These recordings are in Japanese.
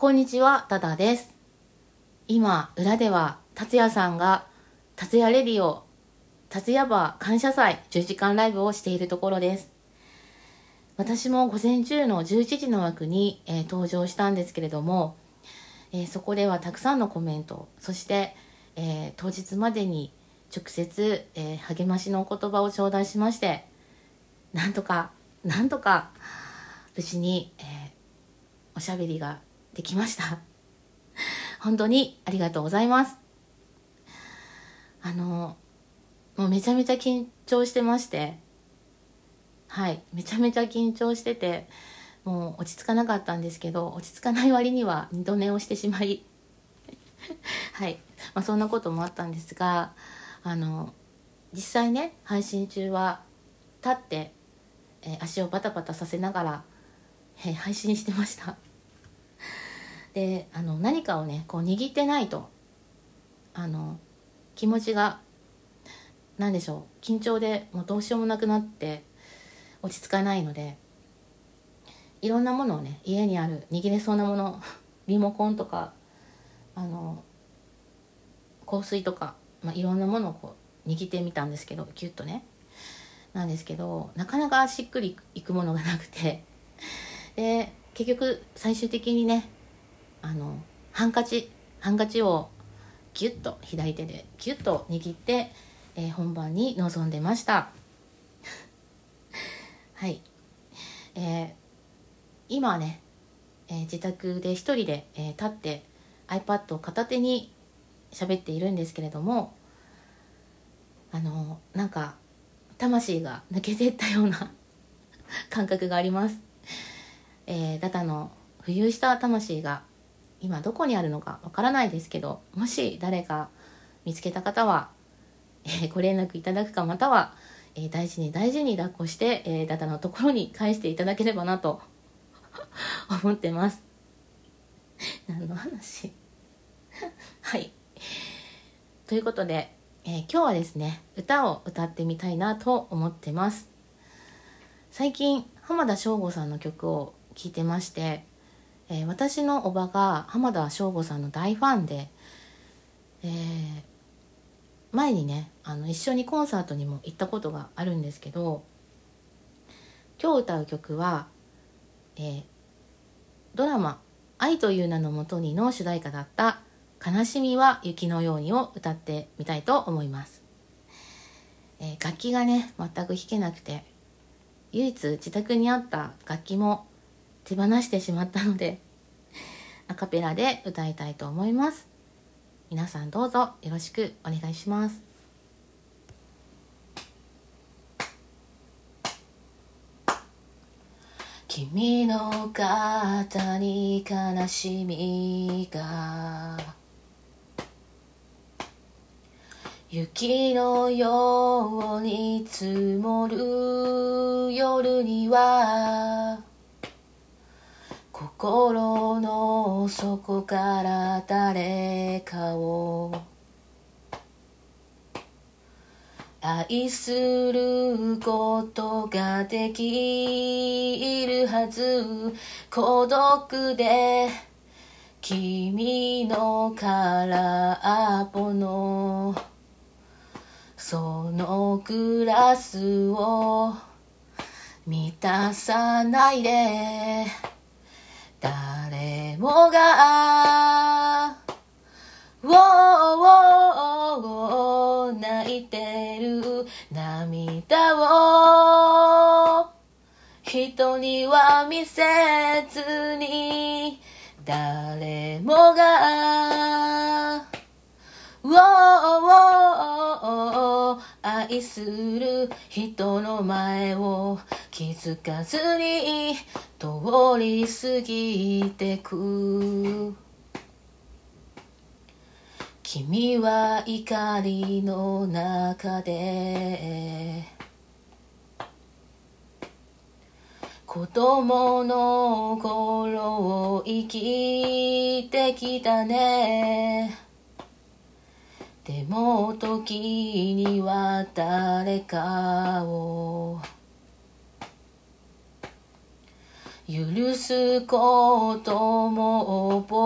こんにちは、ダダです。今、裏では達也さんが達也レディオ達也バー感謝祭10時間ライブをしているところです。私も午前中の11時の枠に、登場したんですけれども、そこではたくさんのコメント、そして、当日までに直接、励ましのお言葉を頂戴しまして、なんとか無事に、おしゃべりができました。本当にありがとうございます。もうめちゃめちゃ緊張してまして、めちゃめちゃ緊張してて、もう落ち着かなかったんですけど、落ち着かない割には二度寝をしてしまいそんなこともあったんですが、実際ね、配信中は立って、足をバタバタさせながら、配信してましたで、何かをねこう握ってないと気持ちが何でしょう、緊張でもうどうしようもなくなって落ち着かないので、いろんなものをね、家にある握れそうなものリモコンとか香水とか、いろんなものをこう握ってみたんですけど、キュッとねなんですけど、なかなかしっくりいくものがなくて、で結局最終的にねハンカチをギュッと左手でギュッと握って、本番に臨んでました今はね、自宅で一人で、立って iPad を片手に喋っているんですけれども、なんか魂が抜けていったような感覚があります。ダダの浮遊した魂が今どこにあるのかわからないですけど、もし誰か見つけた方は、ご連絡いただくか、または、大事に抱っこして、ダダのところに返していただければなと思ってます。何の話ということで、今日はですね、歌を歌ってみたいなと思ってます。最近浜田省吾さんの曲を聴いてまして、私のおばが浜田省吾さんの大ファンで、前にね一緒にコンサートにも行ったことがあるんですけど、今日歌う曲は、ドラマ愛という名のもとにの主題歌だった悲しみは雪のようにを歌ってみたいと思います。楽器がね全く弾けなくて、唯一自宅にあった楽器も手放してしまったので、アカペラで歌いたいと思います。皆さんどうぞよろしくお願いします。君の肩に悲しみが雪のように積もる夜には、心の底から誰かを愛することができるはず、孤独で君の空っぽのそのグラスを満たさないで、誰もが泣いてる涙を人には見せずに、誰もが愛する人の前を気づかずに通り過ぎてく。君は怒りの中で子供の頃を生きてきたね。でも時には誰かを許すことも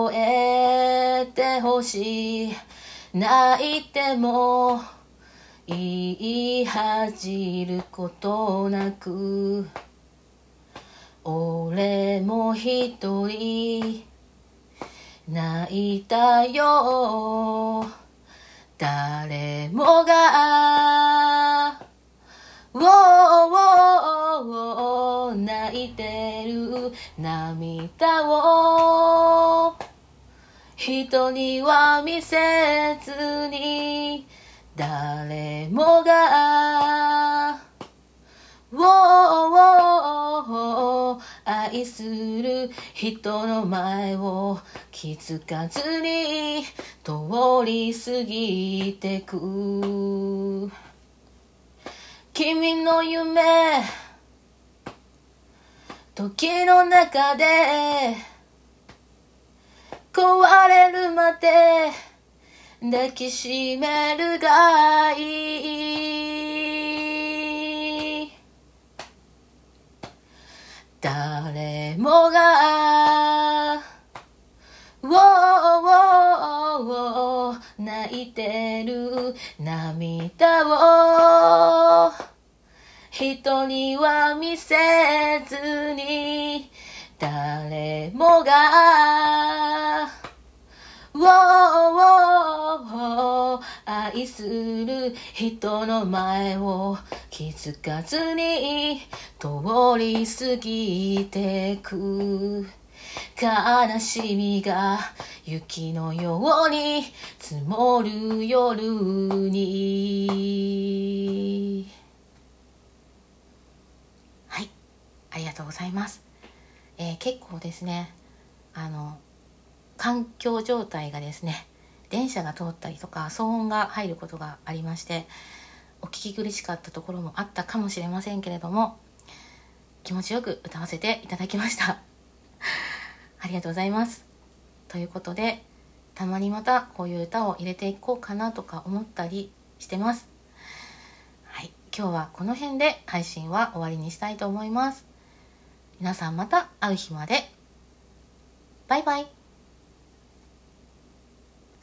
少し泣いても言い恥じることなく、俺も一人泣いたよ。誰もが泣いてる涙を人には見せずに、誰もが愛する人の前を気づかずに通り過ぎてく。君の夢、時の中で壊れるまで抱きしめるがいい。誰もが泣いてる涙を人には見せずに、誰もが愛する人の前を気づかずに通り過ぎてく。悲しみが雪のように積もる夜に。はい、ありがとうございます。結構ですね、環境状態がですね、電車が通ったりとか騒音が入ることがありまして、お聞き苦しかったところもあったかもしれませんけれども、気持ちよく歌わせていただきましたありがとうございます。ということで、たまにまたこういう歌を入れていこうかなとか思ったりしてます。はい、今日はこの辺で配信は終わりにしたいと思います。皆さんまた会う日まで。バイバイ。